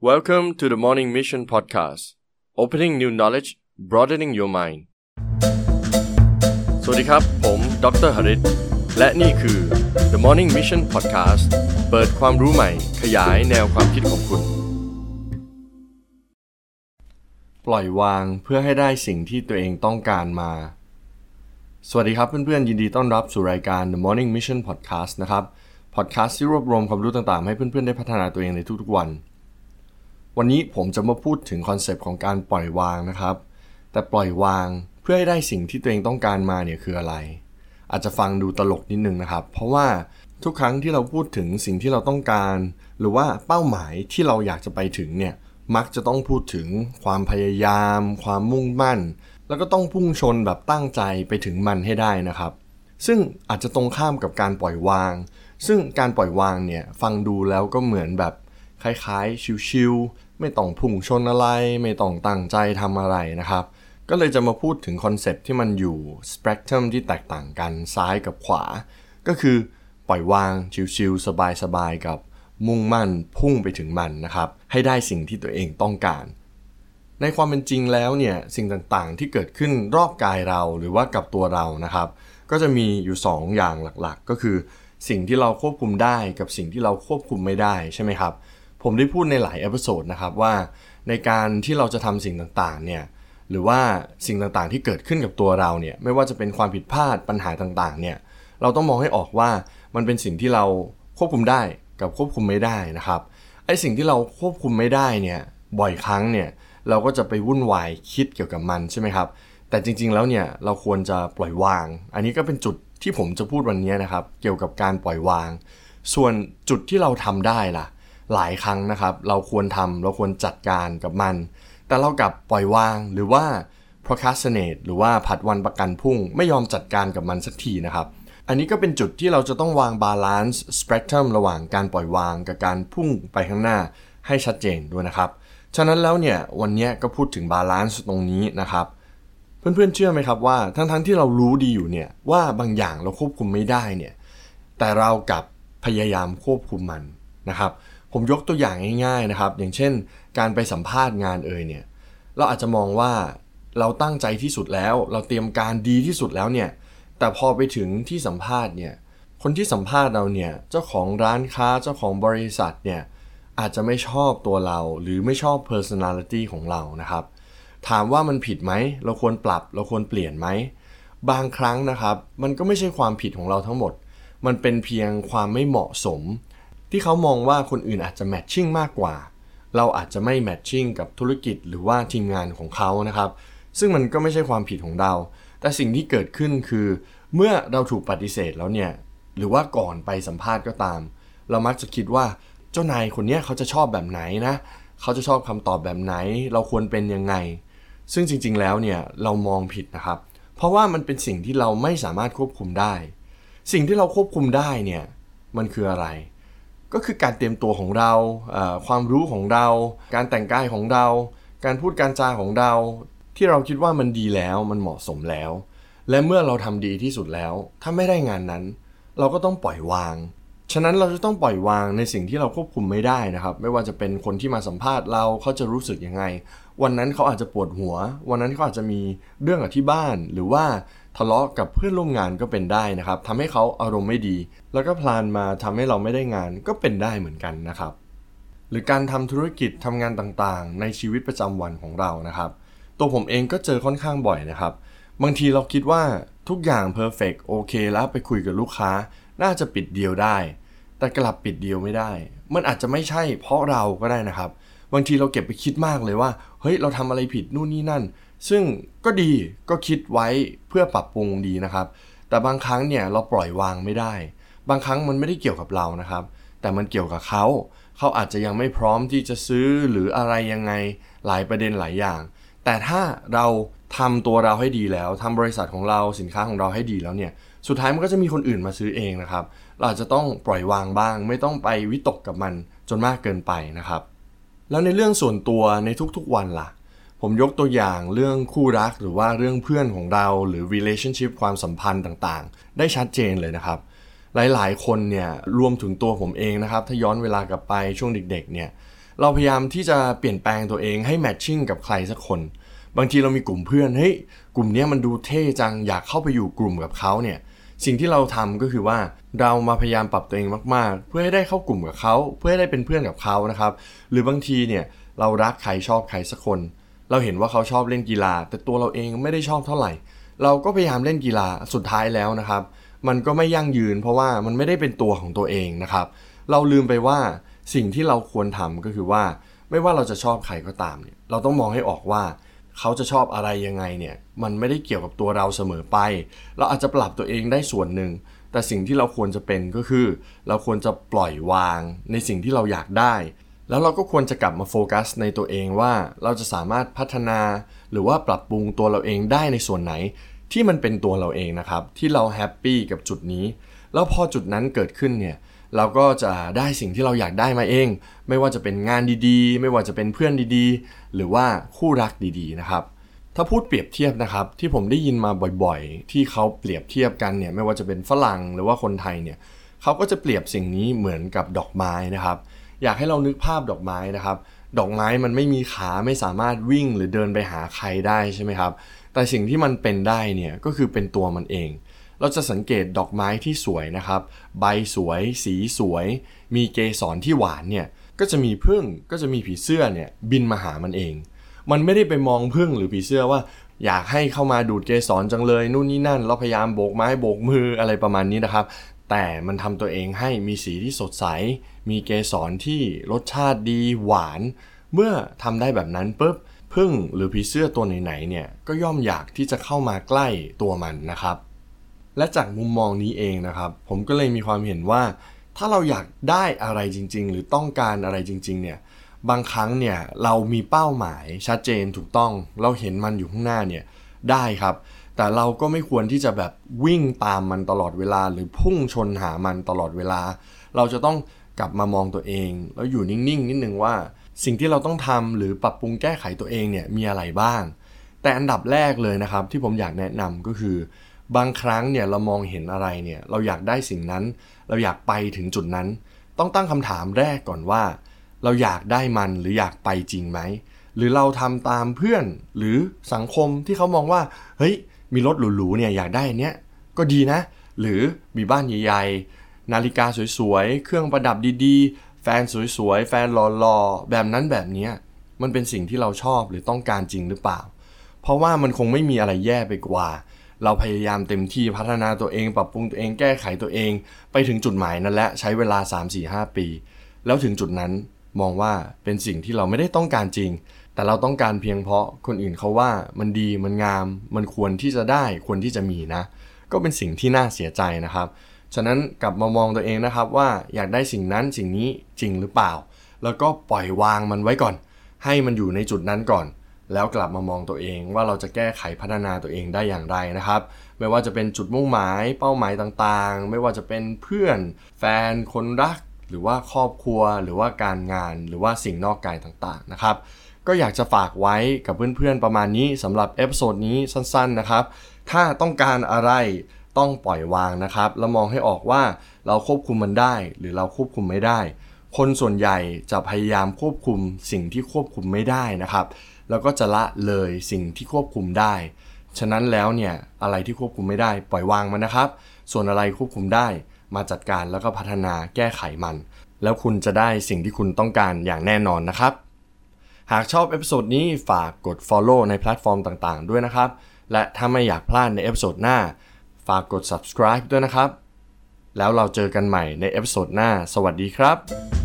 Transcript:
Welcome to the Morning Mission Podcast. Opening new knowledge, broadening your mind. สวัสดีครับผมดร.หริตและนี่คือ The Morning Mission Podcast เปิดความรู้ใหม่ขยายแนวความคิดของคุณปล่อยวางเพื่อให้ได้สิ่งที่ตัวเองต้องการมาสวัสดีครับเพื่อนๆยินดีต้อนรับสู่รายการ The Morning Mission Podcast นะครับพอดแคสต์ที่รวบรวมความรู้ต่างๆให้เพื่อนๆได้พัฒนาตัวเองในทุกๆวันวันนี้ผมจะมาพูดถึงคอนเซปต์ของการปล่อยวางนะครับแต่ปล่อยวางเพื่อให้ได้สิ่งที่ตัวเองต้องการมาเนี่ยคืออะไรอาจจะฟังดูตลกนิดนึงนะครับเพราะว่าทุกครั้งที่เราพูดถึงสิ่งที่เราต้องการหรือว่าเป้าหมายที่เราอยากจะไปถึงเนี่ยมักจะต้องพูดถึงความพยายามความมุ่งมั่นแล้วก็ต้องพุ่งชนแบบตั้งใจไปถึงมันให้ได้นะครับซึ่งอาจจะตรงข้ามกับการปล่อยวางซึ่งการปล่อยวางเนี่ยฟังดูแล้วก็เหมือนแบบคล้ายๆชิวๆไม่ต้องพุ่งชนอะไรไม่ต้องตั้งใจทำอะไรนะครับก็เลยจะมาพูดถึงคอนเซปต์ที่มันอยู่สเปกตรัมที่แตกต่างกันซ้ายกับขวาก็คือปล่อยวางชิวๆสบายๆกับมุ่งมั่นพุ่งไปถึงมันนะครับให้ได้สิ่งที่ตัวเองต้องการในความเป็นจริงแล้วเนี่ยสิ่งต่างๆที่เกิดขึ้นรอบกายเราหรือว่ากับตัวเรานะครับก็จะมีอยู่2อย่างหลักๆก็คือสิ่งที่เราควบคุมได้กับสิ่งที่เราควบคุมไม่ได้ใช่ไหมครับผมได้พูดในหลายเอพิโซดนะครับว่าในการที่เราจะทำสิ่งต่างๆเนี่ยหรือว่าสิ่งต่างๆที่เกิดขึ้นกับตัวเราเนี่ยไม่ว่าจะเป็นความผิดพลาดปัญหาต่างๆเนี่ยเราต้องมองให้ออกว่ามันเป็นสิ่งที่เราควบคุมได้กับควบคุมไม่ได้นะครับไอ้สิ่งที่เราควบคุมไม่ได้เนี่ยบ่อยครั้งเนี่ยเราก็จะไปวุ่นวายคิดเกี่ยวกับมันใช่ไหมครับแต่จริงๆแล้วเนี่ยเราควรจะปล่อยวางอันนี้ก็เป็นจุดที่ผมจะพูดวันนี้นะครับเกี่ยวกับการปล่อยวางส่วนจุดที่เราทำได้ล่ะหลายครั้งนะครับเราควรจัดการกับมันแต่เรากลับปล่อยวางหรือว่า procrastinate หรือว่าผัดวันประกันพรุ่งไม่ยอมจัดการกับมันสักทีนะครับอันนี้ก็เป็นจุดที่เราจะต้องวาง balance spectrum ระหว่างการปล่อยวางกับการพุ่งไปข้างหน้าให้ชัดเจนด้วยนะครับฉะนั้นแล้วเนี่ยวันนี้ก็พูดถึง balance ตรงนี้นะครับเพื่อนๆเชื่อไหมครับว่าทั้งที่เรารู้ดีอยู่เนี่ยว่าบางอย่างเราควบคุมไม่ได้เนี่ยแต่เรากลับพยายามควบคุมมันนะครับผมยกตัวอย่างง่ายๆนะครับอย่างเช่นการไปสัมภาษณ์งานเนี่ยเราอาจจะมองว่าเราตั้งใจที่สุดแล้วเราเตรียมการดีที่สุดแล้วเนี่ยแต่พอไปถึงที่สัมภาษณ์เนี่ยคนที่สัมภาษณ์เราเนี่ยเจ้าของร้านค้าเจ้าของบริษัทเนี่ยอาจจะไม่ชอบตัวเราหรือไม่ชอบ personality ของเรานะครับถามว่ามันผิดไหมเราควรปรับเราควรเปลี่ยนไหมบางครั้งนะครับมันก็ไม่ใช่ความผิดของเราทั้งหมดมันเป็นเพียงความไม่เหมาะสมที่เขามองว่าคนอื่นอาจจะแมทชิ่งมากกว่าเราอาจจะไม่แมทชิ่งกับธุรกิจหรือว่าทีมงานของเขานะครับซึ่งมันก็ไม่ใช่ความผิดของเราแต่สิ่งที่เกิดขึ้นคือเมื่อเราถูกปฏิเสธแล้วเนี่ยหรือว่าก่อนไปสัมภาษณ์ก็ตามเรามักจะคิดว่าเจ้านายคนนี้เขาจะชอบแบบไหนนะเขาจะชอบคำตอบแบบไหนเราควรเป็นยังไงซึ่งจริงๆแล้วเนี่ยเรามองผิดนะครับเพราะว่ามันเป็นสิ่งที่เราไม่สามารถควบคุมได้สิ่งที่เราควบคุมได้เนี่ยมันคืออะไรก็คือการเตรียมตัวของเราความรู้ของเราการแต่งกายของเราการพูดการจาของเราที่เราคิดว่ามันดีแล้วมันเหมาะสมแล้วและเมื่อเราทำดีที่สุดแล้วถ้าไม่ได้งานนั้นเราก็ต้องปล่อยวางฉะนั้นเราจะต้องปล่อยวางในสิ่งที่เราควบคุมไม่ได้นะครับไม่ว่าจะเป็นคนที่มาสัมภาษณ์เราเขาจะรู้สึกยังไงวันนั้นเขาอาจจะปวดหัววันนั้นเขาอาจจะมีเรื่องกับที่บ้านหรือว่าทะเลาะกับเพื่อนร่วมงานก็เป็นได้นะครับทำให้เขาอารมณ์ไม่ดีแล้วก็พลานมาทำให้เราไม่ได้งานก็เป็นได้เหมือนกันนะครับหรือการทำธุรกิจทำงานต่างๆในชีวิตประจำวันของเรานะครับตัวผมเองก็เจอค่อนข้างบ่อยนะครับบางทีเราคิดว่าทุกอย่างเพอร์เฟกต์โอเคแล้วไปคุยกับลูกค้าน่าจะปิดดีลได้แต่กลับปิดดีลไม่ได้มันอาจจะไม่ใช่เพราะเราก็ได้นะครับบางทีเราเก็บไปคิดมากเลยว่าเฮ้ยเราทำอะไรผิดนู่นนี่นั่นซึ่งก็ดีก็คิดไว้เพื่อปรับปรุงดีนะครับแต่บางครั้งเนี่ยเราปล่อยวางไม่ได้บางครั้งมันไม่ได้เกี่ยวกับเรานะครับแต่มันเกี่ยวกับเขาอาจจะยังไม่พร้อมที่จะซื้อหรืออะไรยังไงหลายประเด็นหลายอย่างแต่ถ้าเราทำตัวเราให้ดีแล้วทำบริษัทของเราสินค้าของเราให้ดีแล้วเนี่ยสุดท้ายมันก็จะมีคนอื่นมาซื้อเองนะครับเราอาจจะต้องปล่อยวางบ้างไม่ต้องไปวิตกกับมันจนมากเกินไปนะครับแล้วในเรื่องส่วนตัวในทุกๆวันล่ะผมยกตัวอย่างเรื่องคู่รักหรือว่าเรื่องเพื่อนของเราหรือ relationship ความสัมพันธ์ต่างๆได้ชัดเจนเลยนะครับหลายๆคนเนี่ยรวมถึงตัวผมเองนะครับถ้าย้อนเวลากลับไปช่วงเด็กๆเนี่ยเราพยายามที่จะเปลี่ยนแปลงตัวเองให้แมทชิ่งกับใครสักคนบางทีเรามีกลุ่มเพื่อนเฮ้ยกลุ่มนี้มันดูเท่จังอยากเข้าไปอยู่กลุ่มกับเขาเนี่ยสิ่งที่เราทำก็คือว่าเรามาพยายามปรับตัวเองมากๆเพื่อให้ได้เข้ากลุ่มกับเขาเพื่อให้ได้เป็นเพื่อนกับเขานะครับหรือบางทีเนี่ยเรารักใครชอบใครสักคนเราเห็นว่าเขาชอบเล่นกีฬาแต่ตัวเราเองไม่ได้ชอบเท่าไหร่เราก็พยายามเล่นกีฬาสุดท้ายแล้วนะครับมันก็ไม่ยั่งยืนเพราะว่ามันไม่ได้เป็นตัวของตัวเองนะครับเราลืมไปว่าสิ่งที่เราควรทำก็คือว่าไม่ว่าเราจะชอบใครก็ตามเนี่ยเราต้องมองให้ออกว่าเขาจะชอบอะไรยังไงเนี่ยมันไม่ได้เกี่ยวกับตัวเราเสมอไปเราอาจจะปรับตัวเองได้ส่วนหนึ่งแต่สิ่งที่เราควรจะเป็นก็คือเราควรจะปล่อยวางในสิ่งที่เราอยากได้แล้วเราก็ควรจะกลับมาโฟกัสในตัวเองว่าเราจะสามารถพัฒนาหรือว่าปรับปรุงตัวเราเองได้ในส่วนไหนที่มันเป็นตัวเราเองนะครับที่เราแฮปปี้กับจุดนี้แล้วพอจุดนั้นเกิดขึ้นเนี่ยเราก็จะได้สิ่งที่เราอยากได้มาเองไม่ว่าจะเป็นงานดีๆไม่ว่าจะเป็นเพื่อนดีๆหรือว่าคู่รักดีๆนะครับถ้าพูดเปรียบเทียบนะครับที่ผมได้ยินมาบ่อยๆที่เขาเปรียบเทียบกันเนี่ยไม่ว่าจะเป็นฝรั่งหรือว่าคนไทยเนี่ยเขาก็จะเปรียบสิ่งนี้เหมือนกับดอกไม้นะครับอยากให้เรานึกภาพดอกไม้นะครับดอกไม้มันไม่มีขาไม่สามารถวิ่งหรือเดินไปหาใครได้ใช่ไหมครับแต่สิ่งที่มันเป็นได้เนี่ยก็คือเป็นตัวมันเองเราจะสังเกตดอกไม้ที่สวยนะครับใบสวยสีสวยมีเกสรที่หวานเนี่ยก็จะมีผึ้งก็จะมีผีเสื้อเนี่ยบินมาหามันเองมันไม่ได้ไปมองผึ้งหรือผีเสื้อว่าอยากให้เข้ามาดูดเกสรจังเลยนู่นนี่นั่นเราพยายามโบกไม้โบกมืออะไรประมาณนี้นะครับแต่มันทำตัวเองให้มีสีที่สดใสมีเกสรที่รสชาติดีหวานเมื่อทำได้แบบนั้นปุ๊บผึ้งหรือผีเสื้อตัวไหนๆเนี่ยก็ย่อมอยากที่จะเข้ามาใกล้ตัวมันนะครับและจากมุมมองนี้เองนะครับผมก็เลยมีความเห็นว่าถ้าเราอยากได้อะไรจริงๆหรือต้องการอะไรจริงๆเนี่ยบางครั้งเนี่ยเรามีเป้าหมายชัดเจนถูกต้องเราเห็นมันอยู่ข้างหน้าเนี่ยได้ครับแต่เราก็ไม่ควรที่จะแบบวิ่งตามมันตลอดเวลาหรือพุ่งชนหามันตลอดเวลาเราจะต้องกลับมามองตัวเองแล้วอยู่นิ่งๆนิดนึงว่าสิ่งที่เราต้องทำหรือปรับปรุงแก้ไขตัวเองเนี่ยมีอะไรบ้างแต่อันดับแรกเลยนะครับที่ผมอยากแนะนำก็คือบางครั้งเนี่ยเรามองเห็นอะไรเนี่ยเราอยากได้สิ่งนั้นเราอยากไปถึงจุดนั้นต้องตั้งคำถามแรกก่อนว่าเราอยากได้มันหรืออยากไปจริงไหมหรือเราทำตามเพื่อนหรือสังคมที่เขามองว่าเฮ้ยมีรถหรูๆเนี่ยอยากได้อันเนี้ยก็ดีนะหรือมีบ้านใหญ่ๆนาฬิกาสวยๆเครื่องประดับดีๆแฟนสวยๆแฟนหล่อๆแบบนั้นแบบนี้มันเป็นสิ่งที่เราชอบหรือต้องการจริงหรือเปล่าเพราะว่ามันคงไม่มีอะไรแย่ไปกว่าเราพยายามเต็มที่พัฒนาตัวเองปรับปรุงตัวเองแก้ไขตัวเองไปถึงจุดหมายนั้นและใช้เวลา 3-4-5 ปีแล้วถึงจุดนั้นมองว่าเป็นสิ่งที่เราไม่ได้ต้องการจริงแต่เราต้องการเพียงเพราะคนอื่นเขาว่ามันดีมันงามมันควรที่จะได้ควรที่จะมีนะก็เป็นสิ่งที่น่าเสียใจนะครับฉะนั้นกลับมามองตัวเองนะครับว่าอยากได้สิ่งนั้นสิ่งนี้จริงหรือเปล่าแล้วก็ปล่อยวางมันไว้ก่อนให้มันอยู่ในจุดนั้นก่อนแล้วกลับมามองตัวเองว่าเราจะแก้ไขพัฒนาตัวเองได้อย่างไรนะครับไม่ว่าจะเป็นจุดมุ่งหมายเป้าหมายต่างๆไม่ว่าจะเป็นเพื่อนแฟนคนรักหรือว่าครอบครัวหรือว่าการงานหรือว่าสิ่งนอกกายต่างๆนะครับก็อยากจะฝากไว้กับเพื่อนๆประมาณนี้สำหรับเอพิโซดนี้สั้นๆนะครับถ้าต้องการอะไรต้องปล่อยวางนะครับแล้วมองให้ออกว่าเราควบคุมมันได้หรือเราควบคุมไม่ได้คนส่วนใหญ่จะพยายามควบคุมสิ่งที่ควบคุมไม่ได้นะครับแล้วก็จะละเลยสิ่งที่ควบคุมได้ฉะนั้นแล้วเนี่ยอะไรที่ควบคุมไม่ได้ปล่อยวางมันนะครับส่วนอะไรควบคุมได้มาจัดการแล้วก็พัฒนาแก้ไขมันแล้วคุณจะได้สิ่งที่คุณต้องการอย่างแน่นอนนะครับหากชอบเอพิโซดนี้ฝากกด follow ในแพลตฟอร์มต่างๆด้วยนะครับและถ้าไม่อยากพลาดในเอพิโซดหน้าฝากกด subscribe ด้วยนะครับแล้วเราเจอกันใหม่ในเอพิโซดหน้าสวัสดีครับ